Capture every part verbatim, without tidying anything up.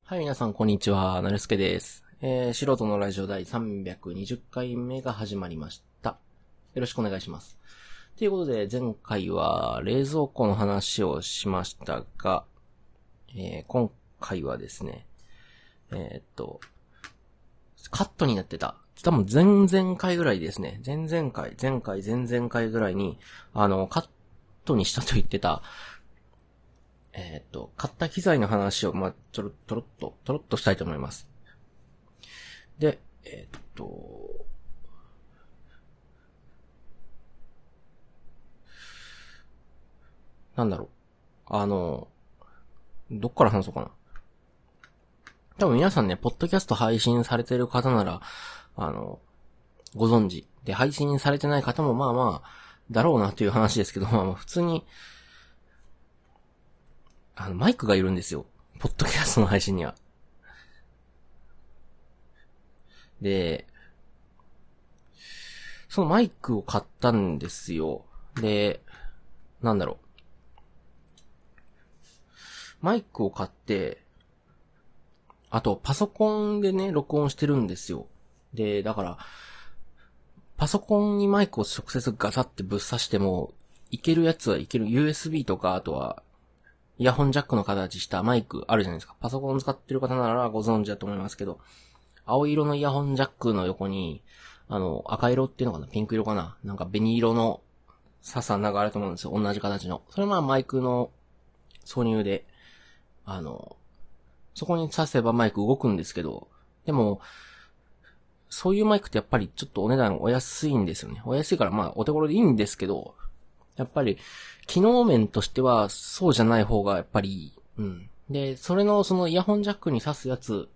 はい、皆さん、こんにちは。なるすけです。えー、素人のラジオ第さんびゃくにじゅっかいめが始まりました。よろしくお願いします。ということで、前回は冷蔵庫の話をしましたが、えー、今回はですね、えー、っと、カットになってた。多分前々回ぐらいですね。前々回、前回、前々回ぐらいに、あの、カットにしたと言ってた、えっと、買った機材の話を、まあ、ちょろ、とろっと、とろっとしたいと思います。で、えっと、なんだろう。あの、どっから話そうかな。多分皆さんね、ポッドキャスト配信されてる方なら、あの、ご存知。で、配信されてない方もまあまあ、だろうなという話ですけど、まあまあ普通に、あの、マイクがいるんですよ。ポッドキャストの配信には。で、そのマイクを買ったんですよ。で、なんだろう。マイクを買って、あとパソコンでね、録音してるんですよ。で、だから、パソコンにマイクを直接ガサってぶっ刺しても、いけるやつはいける ユーエスビー とか、あとは、イヤホンジャックの形したマイクあるじゃないですか。パソコン使ってる方ならご存知だと思いますけど、青色のイヤホンジャックの横に、あの、赤色っていうのかな、ピンク色かな、なんか紅色の笹があると思うんですよ。同じ形の。それはまあマイクの挿入で、あの、そこに挿せばマイク動くんですけど、でも、そういうマイクってやっぱりちょっとお値段お安いんですよね。お安いからまあお手頃でいいんですけど、やっぱり機能面としてはそうじゃない方がやっぱりいい。うん。で、それのそのイヤホンジャックに挿すやつ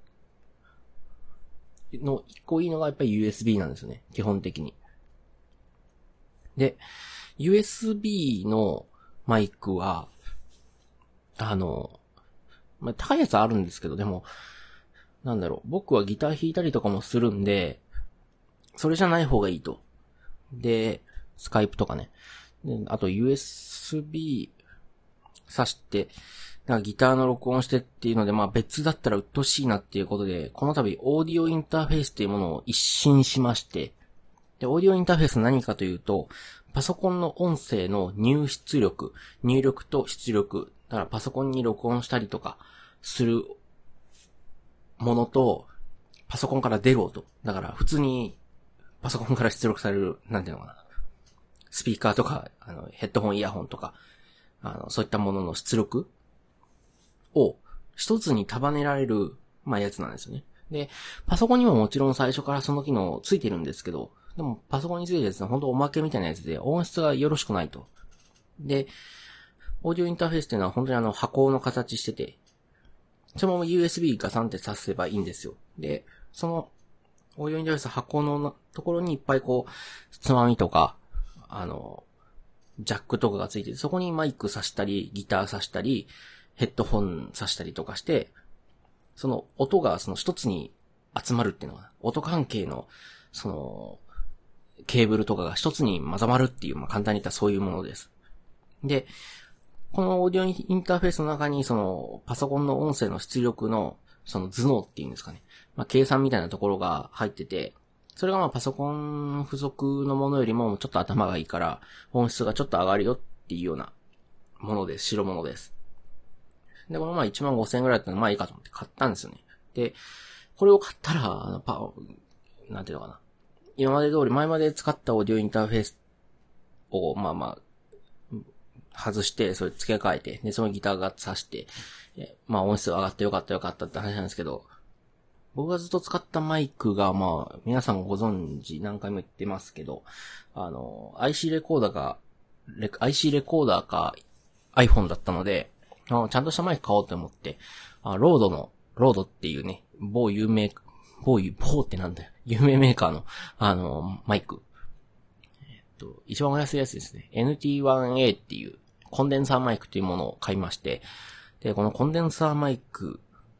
の一個いいのがやっぱり ユーエスビー なんですよね。基本的に。で、ユーエスビー のマイクは、あの、まあ、高いやつあるんですけど、でも、なんだろう、僕はギター弾いたりとかもするんで、それじゃない方がいいと。で、スカイプとかね。で、あと ユーエスビー 挿して、なんかギターの録音してっていうので、まあ別だったら鬱陶しいなっていうことで、この度オーディオインターフェースっていうものを一新しまして、で、オーディオインターフェース何かというと、パソコンの音声の入出力、入力と出力、だからパソコンに録音したりとかするものと、パソコンから出る音。だから普通にパソコンから出力される、なんていうのかな。スピーカーとか、あの、ヘッドホン、イヤホンとか、あの、そういったものの出力を一つに束ねられる、まあ、やつなんですよね。で、パソコンにももちろん最初からその機能ついてるんですけど、でもパソコンについてるやつは本当おまけみたいなやつで音質がよろしくないと。で、オーディオインターフェースっていうのは本当にあの箱の形してて、そのまま ユーエスビー ガサンって挿せばいいんですよ。で、そのオーディオインターフェース箱のところにいっぱいこう、つまみとか、あの、ジャックとかがついてて、そこにマイク挿したり、ギター挿したり、ヘッドホン挿したりとかして、その音がその一つに集まるっていうのが、音関係の、その、ケーブルとかが一つにまとまるっていう、まあ、簡単に言ったらそういうものです。で、このオーディオインターフェースの中に、その、パソコンの音声の出力の、その頭脳っていうんですかね。まあ、計算みたいなところが入ってて、それがまあパソコン付属のものよりもちょっと頭がいいから、音質がちょっと上がるよっていうようなものです。白物です。で、このまあいちまんごせんえんぐらいだったらまあいいかと思って買ったんですよね。で、これを買ったら、あのパ、なんていうのかな。今まで通り前まで使ったオーディオインターフェースをまあまあ、外して、それ付け替えて、で、そのギターが挿して、まあ音質が上がってよかったよかったって話なんですけど、僕がずっと使ったマイクが、まあ、皆さんご存知何回も言ってますけど、あの、アイシー レコーダーが、アイシー レコーダーか iPhone だったので、ちゃんとしたマイク買おうと思って、あロードの、ロードっていうね、某有名、某、某ってなんだよ、有名メーカーの、あの、マイク。えっと、一番お安いやつですね。エヌティーワンエー っていうコンデンサーマイクというものを買いまして、で、このコンデンサーマイク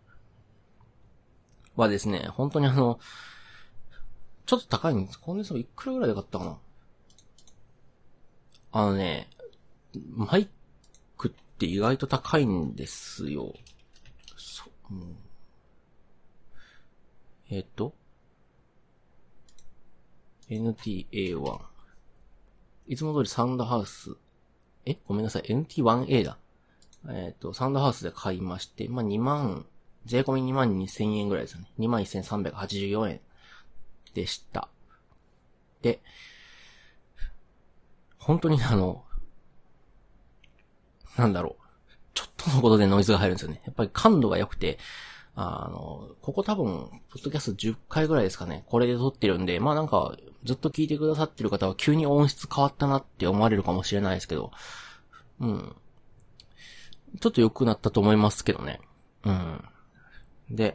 はですね、本当にあの、ちょっと高いんです。コンデンサーいくらぐらいで買ったかな。あのね、マイクって意外と高いんですよ。そ、うん、 えっと、エヌティーエーワン。いつも通りサウンドハウス。えごめんなさい。エヌティーワンエー だ。えっと、サウンドハウスで買いまして、まあ、にまん、税込みにまんにせんえんぐらいですよね。にまんせんさんびゃくはちじゅうよんえんでした。で、本当にあの、なんだろう。ちょっとのことでノイズが入るんですよね。やっぱり感度が良くて、あの、ここ多分、ポッドキャストじゅっかいぐらいですかね。これで撮ってるんで、まあなんか、ずっと聞いてくださってる方は急に音質変わったなって思われるかもしれないですけど、うん。ちょっと良くなったと思いますけどね。うん。で、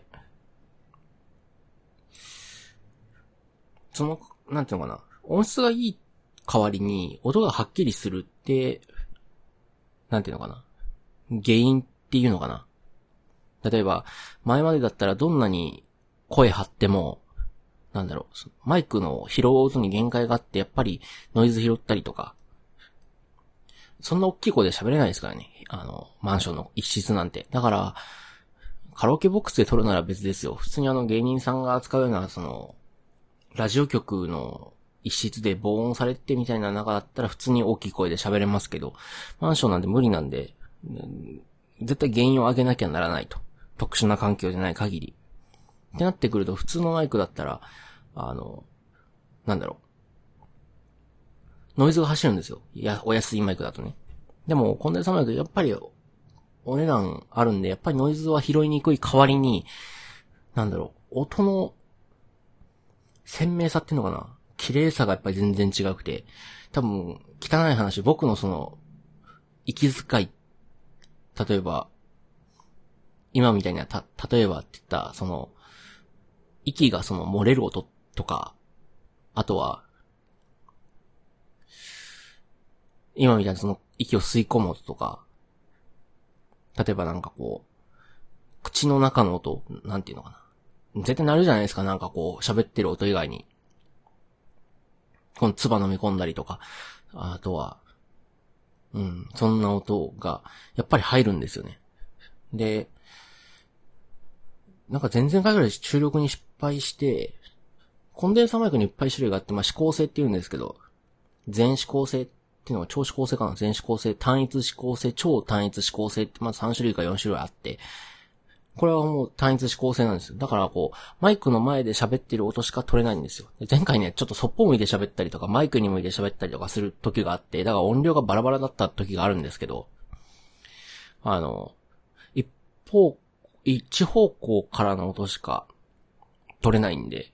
その、なんていうのかな。音質がいい代わりに、音がはっきりするって、なんていうのかな。原因っていうのかな。例えば、前までだったらどんなに声張っても、なんだろう、マイクの拾う音に限界があって、やっぱりノイズ拾ったりとか、そんな大きい声で喋れないですからね。あの、マンションの一室なんて。だから、カラオケボックスで撮るなら別ですよ。普通にあの芸人さんが扱うような、その、ラジオ局の一室で防音されてみたいな中だったら普通に大きい声で喋れますけど、マンションなんて無理なんで、絶対原因を上げなきゃならないと。特殊な環境じゃない限り。ってなってくると、普通のマイクだったら、あの、なんだろう。ノイズが走るんですよ。いや、お安いマイクだとね。でも、コンデンサーマイク、やっぱり、お値段あるんで、やっぱりノイズは拾いにくい代わりに、なんだろう、音の鮮明さっていうのかな。綺麗さがやっぱり全然違くて、多分、汚い話、僕のその、息遣い、例えば、今みたいな、た、例えばって言った、その、息がその漏れる音とか、あとは、今みたいなその息を吸い込む音とか、例えばなんかこう、口の中の音、なんていうのかな。絶対なるじゃないですか、なんかこう、喋ってる音以外に。この唾飲み込んだりとか、あとは、うん、そんな音が、やっぱり入るんですよね。で、なんか前々回ぐらい注力に失敗して、コンデンサーマイクにいっぱい種類があって、まあ、指向性って言うんですけど、全指向性っていうのは超指向性かな、全指向性、単一指向性、超単一指向性ってまずさん種類かよん種類あって、これはもう単一指向性なんですよ。だからこう、マイクの前で喋ってる音しか取れないんですよ。で前回ね、ちょっとそっぽ向いて喋ったりとか、マイクに向いて喋ったりとかする時があって、だから音量がバラバラだった時があるんですけど、あの、一方、一方向からの音しか取れないんで、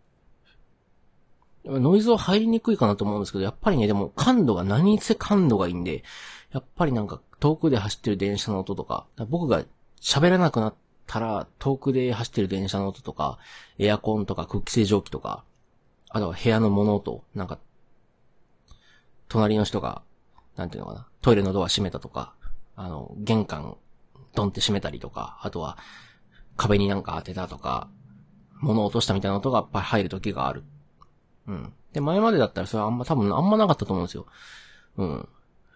ノイズは入りにくいかなと思うんですけど、やっぱりね、でも感度が何せ感度がいいんで、やっぱりなんか遠くで走ってる電車の音とか、僕が喋らなくなったら遠くで走ってる電車の音とか、エアコンとか空気清浄機とか、あとは部屋の物音、なんか、隣の人が、なんていうのかな、トイレのドア閉めたとか、あの、玄関ドンって閉めたりとか、あとは壁になんか当てたとか、物を落としたみたいな音がやっぱり入る時がある。うん。で、前までだったらそれはあんま、多分あんまなかったと思うんですよ。うん。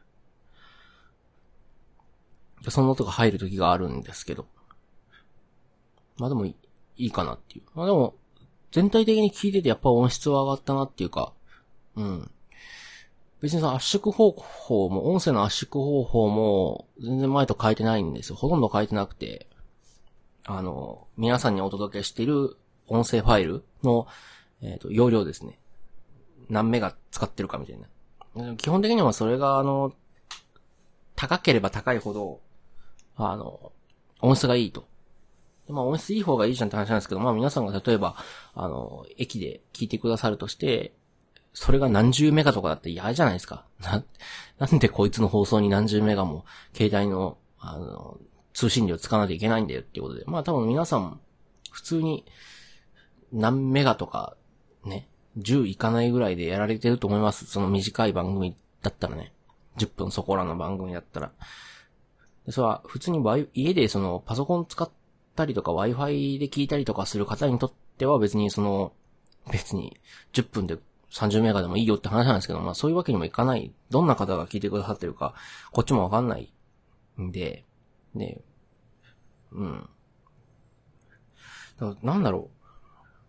その音が入る時があるんですけど。まあでもいい、いいかなっていう。まあでも、全体的に聞いててやっぱ音質は上がったなっていうか、うん。別にさ、圧縮方法も、音声の圧縮方法も、全然前と変えてないんですよ。ほとんど変えてなくて、あの、皆さんにお届けしている音声ファイルの、えっと、容量ですね。何メガ使ってるかみたいな。基本的にはそれが、あの、高ければ高いほど、あの、音質がいいと。まあ音質いい方がいいじゃんって話なんですけど、まあ皆さんが例えば、あの、駅で聞いてくださるとして、それが何十メガとかだって嫌じゃないですか。な、なんでこいつの放送に何十メガも携帯の、あの、通信量使わなきゃいけないんだよっていうことで。まあ多分皆さん、普通に何メガとか、ね、じゅういかないぐらいでやられてると思います。その短い番組だったらね。じゅっぷんそこらの番組だったら。でそれは普通に家でそのパソコン使ったりとか Wi-Fi で聞いたりとかする方にとっては別にその、別にじゅっぷんでさんじゅうメガでもいいよって話なんですけど、まあそういうわけにもいかない。どんな方が聞いてくださってるか、こっちもわかんないんで、で、うん。なんだろう。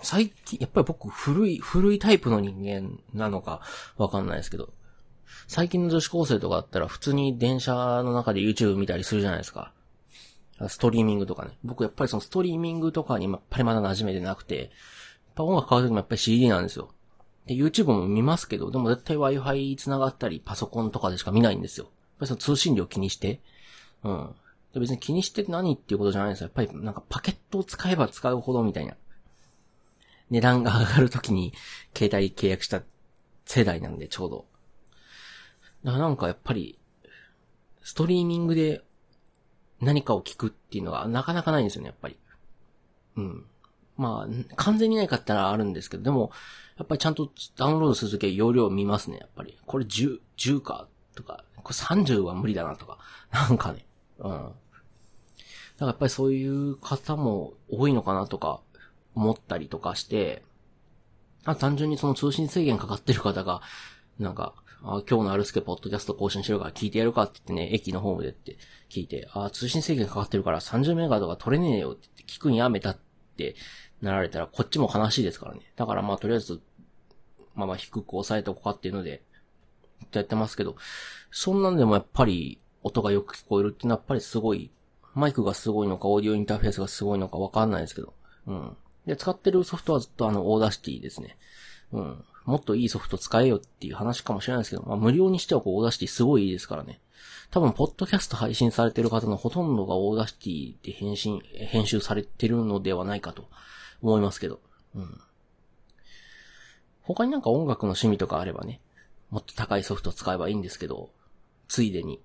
最近、やっぱり僕古い、古いタイプの人間なのかわかんないですけど、最近の女子高生とかだったら普通に電車の中で YouTube 見たりするじゃないですか。ストリーミングとかね。僕やっぱりそのストリーミングとかにやっぱりまだ馴染めてなくて、やっぱ音楽買うときもやっぱり シーディー なんですよ。で、YouTube も見ますけど、でも絶対 Wi-Fi 繋がったりパソコンとかでしか見ないんですよ。やっぱりその通信量気にして。うん。で別に気にして何っていうことじゃないんですよ。やっぱりなんかパケットを使えば使うほどみたいな。値段が上がるときに携帯契約した世代なんでちょうど。だからなんかやっぱり、ストリーミングで何かを聞くっていうのがなかなかないんですよね、やっぱり。うん。まあ、完全にないかったらあるんですけど、でも、やっぱりちゃんとダウンロードするときは容量見ますね、やっぱり。これじゅう、じゅうかとか、これさんじゅうは無理だなとか、なんかね。うん。だからやっぱりそういう方も多いのかなとか思ったりとかして、あ単純にその通信制限かかってる方が、なんか、あ今日のアルスケポッドキャスト更新してるから聞いてやるかって言ってね、駅のホームでって聞いて、あ通信制限かかってるからさんじゅうメガとか取れねえよって言って聞くんやめたってなられたらこっちも悲しいですからね。だからまあとりあえず、まあまあ低く抑えておこうかっていうので、やってますけど、そんなんでもやっぱり音がよく聞こえるっていうのはやっぱりすごい、マイクがすごいのかオーディオインターフェースがすごいのかわかんないですけど、うん。で、使ってるソフトはずっとあの、オーダーシティですね。うん。もっといいソフト使えよっていう話かもしれないですけど、まあ無料にしてはこう、オーダーシティすごいいいですからね。多分、ポッドキャスト配信されてる方のほとんどがオーダーシティで編集、編集されてるのではないかと思いますけど。うん。他になんか音楽の趣味とかあればね、もっと高いソフト使えばいいんですけど、ついでに。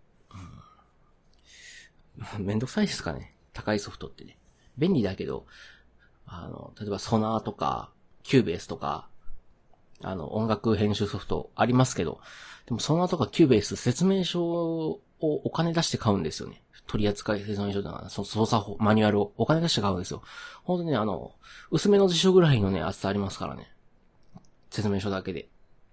うん、めんどくさいですかね。高いソフトってね。便利だけど、あの、例えばソナーとか、キューベースとか、あの、音楽編集ソフトありますけど、でもソナーとかキューベース説明書をお金出して買うんですよね。取扱説明書だから、操作法、マニュアルをお金出して買うんですよ。ほんとね、あの、薄めの辞書ぐらいのね、厚さありますからね。説明書だけで。やっ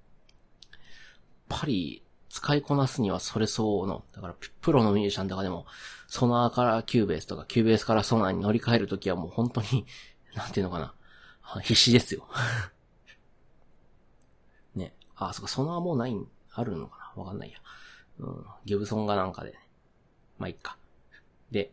ぱり、使いこなすにはそれ相応の、だからプロのミュージシャンとかでも、ソナーからキューベースとか、キューベースからソナーに乗り換えるときはもう本当に、なんていうのかな、必死ですよ。ね。あ、そっか、ソナーもうない、あるのかなわかんないや。うん。ギブソンがなんかで、ね。まあ、いっか。で、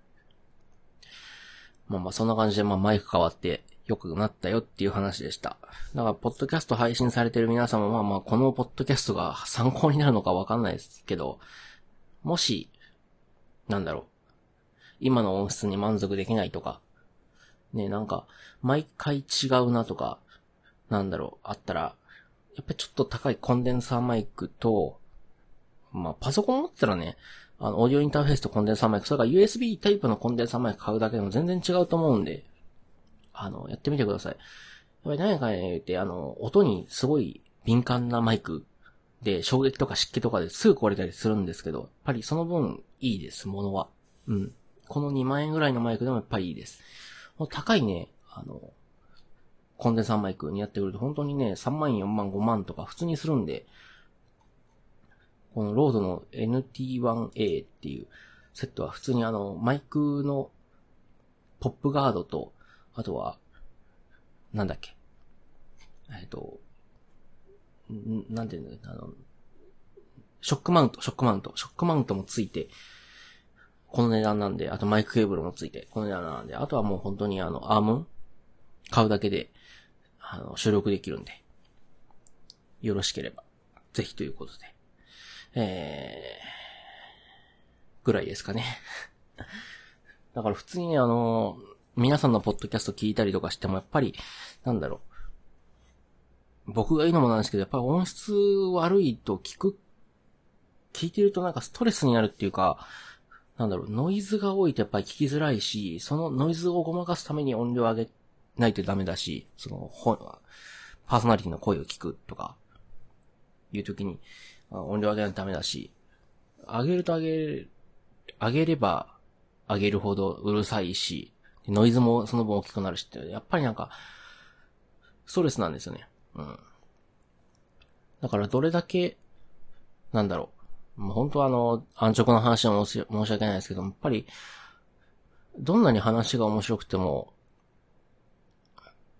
まあまあ、そんな感じで、まあ、マイク変わって良くなったよっていう話でした。だから、ポッドキャスト配信されてる皆さんも、まあまあ、このポッドキャストが参考になるのかわかんないですけど、もし、なんだろう。今の音質に満足できないとか、ね、なんか、毎回違うなとか、なんだろう、あったら、やっぱりちょっと高いコンデンサーマイクと、まあ、パソコン持ってたらね、あの、オーディオインターフェースとコンデンサーマイク、それから ユーエスビー タイプのコンデンサーマイク買うだけでも全然違うと思うんで、あの、やってみてください。やっぱり何か言って、あの、音にすごい敏感なマイクで、衝撃とか湿気とかですぐ壊れたりするんですけど、やっぱりその分いいです、ものは。うん。このにまん円ぐらいのマイクでもやっぱりいいです。高いね、あの、コンデンサーマイクにやってくると本当にね、さんまん、よんまん、ごまんとか普通にするんで、このロードの エヌティーワンエー っていうセットは普通にあの、マイクのポップガードと、あとは、なんだっけ。えっと、んなんていうんだろう、あの、ショックマウント、ショックマウント、ショックマウントもついて、この値段なんで、あとマイクケーブルもついて、この値段なんで、あとはもう本当にあの、アーム買うだけで、あの、収録できるんで、よろしければ、ぜひということで、えー、ぐらいですかね。だから普通にね、あの、皆さんのポッドキャスト聞いたりとかしても、やっぱり、なんだろう。僕が言うのもなんですけど、やっぱり音質悪いと聞く、聞いてるとなんかストレスになるっていうか、なんだろう、ノイズが多いとやっぱり聞きづらいし、そのノイズをごまかすために音量上げないとダメだし、その、パーソナリティの声を聞くとか、いう時に、音量上げないとダメだし、上げると上げる、上げれば上げるほどうるさいし、ノイズもその分大きくなるしって、やっぱりなんか、ストレスなんですよね。うん。だからどれだけ、なんだろう。もう本当はあの、安直な話は申し申し訳ないですけど、やっぱり、どんなに話が面白くても、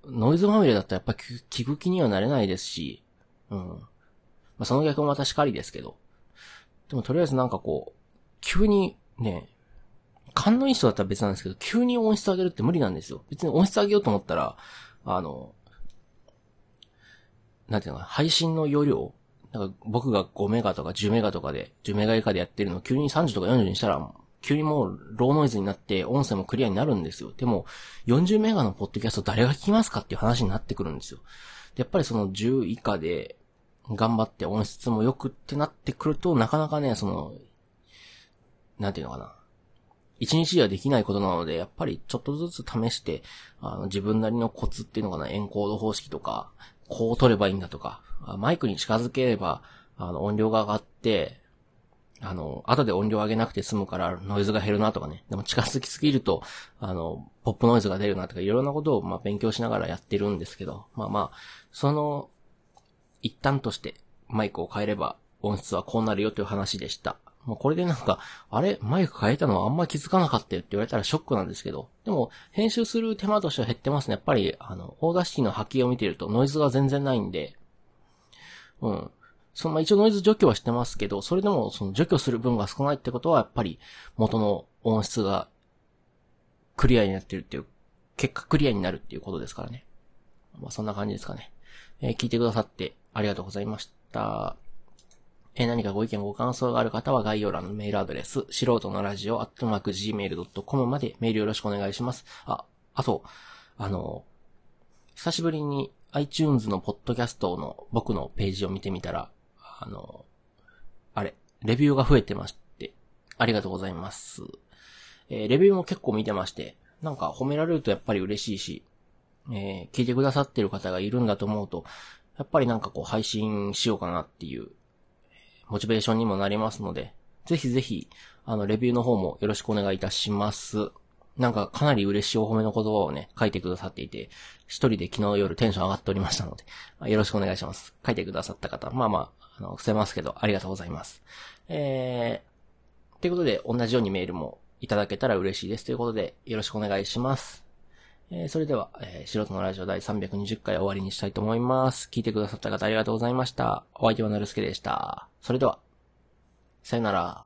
ノイズまみれだったらやっぱ聞く気にはなれないですし、うん。まあ、その逆もまたしかりですけど。でもとりあえずなんかこう、急にね、勘のいい人だったら別なんですけど、急に音質上げるって無理なんですよ。別に音質上げようと思ったら、あの、なんていうのかな、配信の容量、なんか僕がごメガとかじゅうメガとかで、じゅうメガ以下でやってるのを急にさんじゅうとかよんじゅうにしたら、急にもうローノイズになって音声もクリアになるんですよ。でも、よんじゅうメガのポッドキャスト誰が聞きますかっていう話になってくるんですよ。でやっぱりそのじゅう以下で頑張って音質も良くってなってくると、なかなかね、その、なんていうのかな。一日ではできないことなので、やっぱりちょっとずつ試して、あの、自分なりのコツっていうのかな、エンコード方式とか、こう取ればいいんだとか、マイクに近づければ、あの、音量が上がって、あの、後で音量上げなくて済むからノイズが減るなとかね。でも近づきすぎると、あの、ポップノイズが出るなとか、いろんなことを、まあ、勉強しながらやってるんですけど、まあまあ、その、一旦としてマイクを変えれば音質はこうなるよという話でした。もうこれでなんか、あれマイク変えたのはあんま気づかなかったよって言われたらショックなんですけど、でも、編集する手間としては減ってますね。やっぱり、あの、オーダーシティの波形を見てるとノイズが全然ないんで、うん。その、まあ、一応ノイズ除去はしてますけど、それでもその除去する分が少ないってことは、やっぱり元の音質がクリアになってるっていう、結果クリアになるっていうことですからね。まあ、そんな感じですかね。えー、聞いてくださってありがとうございました。えー、何かご意見ご感想がある方は概要欄のメールアドレス、素人のラジオアットマーク ジーメールドットコム までメールよろしくお願いします。あ、あと、あの、久しぶりに iTunes のポッドキャストの僕のページを見てみたら、あの、あれ、レビューが増えてまして、ありがとうございます。えー、レビューも結構見てまして、なんか褒められるとやっぱり嬉しいし、えー、聞いてくださってる方がいるんだと思うと、やっぱりなんかこう配信しようかなっていう、モチベーションにもなりますので、ぜひぜひ、あの、レビューの方もよろしくお願いいたします。なんかかなり嬉しいお褒めの言葉をね、書いてくださっていて、一人で昨日夜テンション上がっておりましたので、よろしくお願いします。書いてくださった方、まあまあ、あの、伏せますけど、ありがとうございます。えー、ということで、同じようにメールもいただけたら嬉しいです。ということで、よろしくお願いします。えー、それでは、えー、素人のラジオ第さんびゃくにじゅっかい終わりにしたいと思います。聞いてくださった方ありがとうございました。お相手はなるすけでした。それでは、さよなら。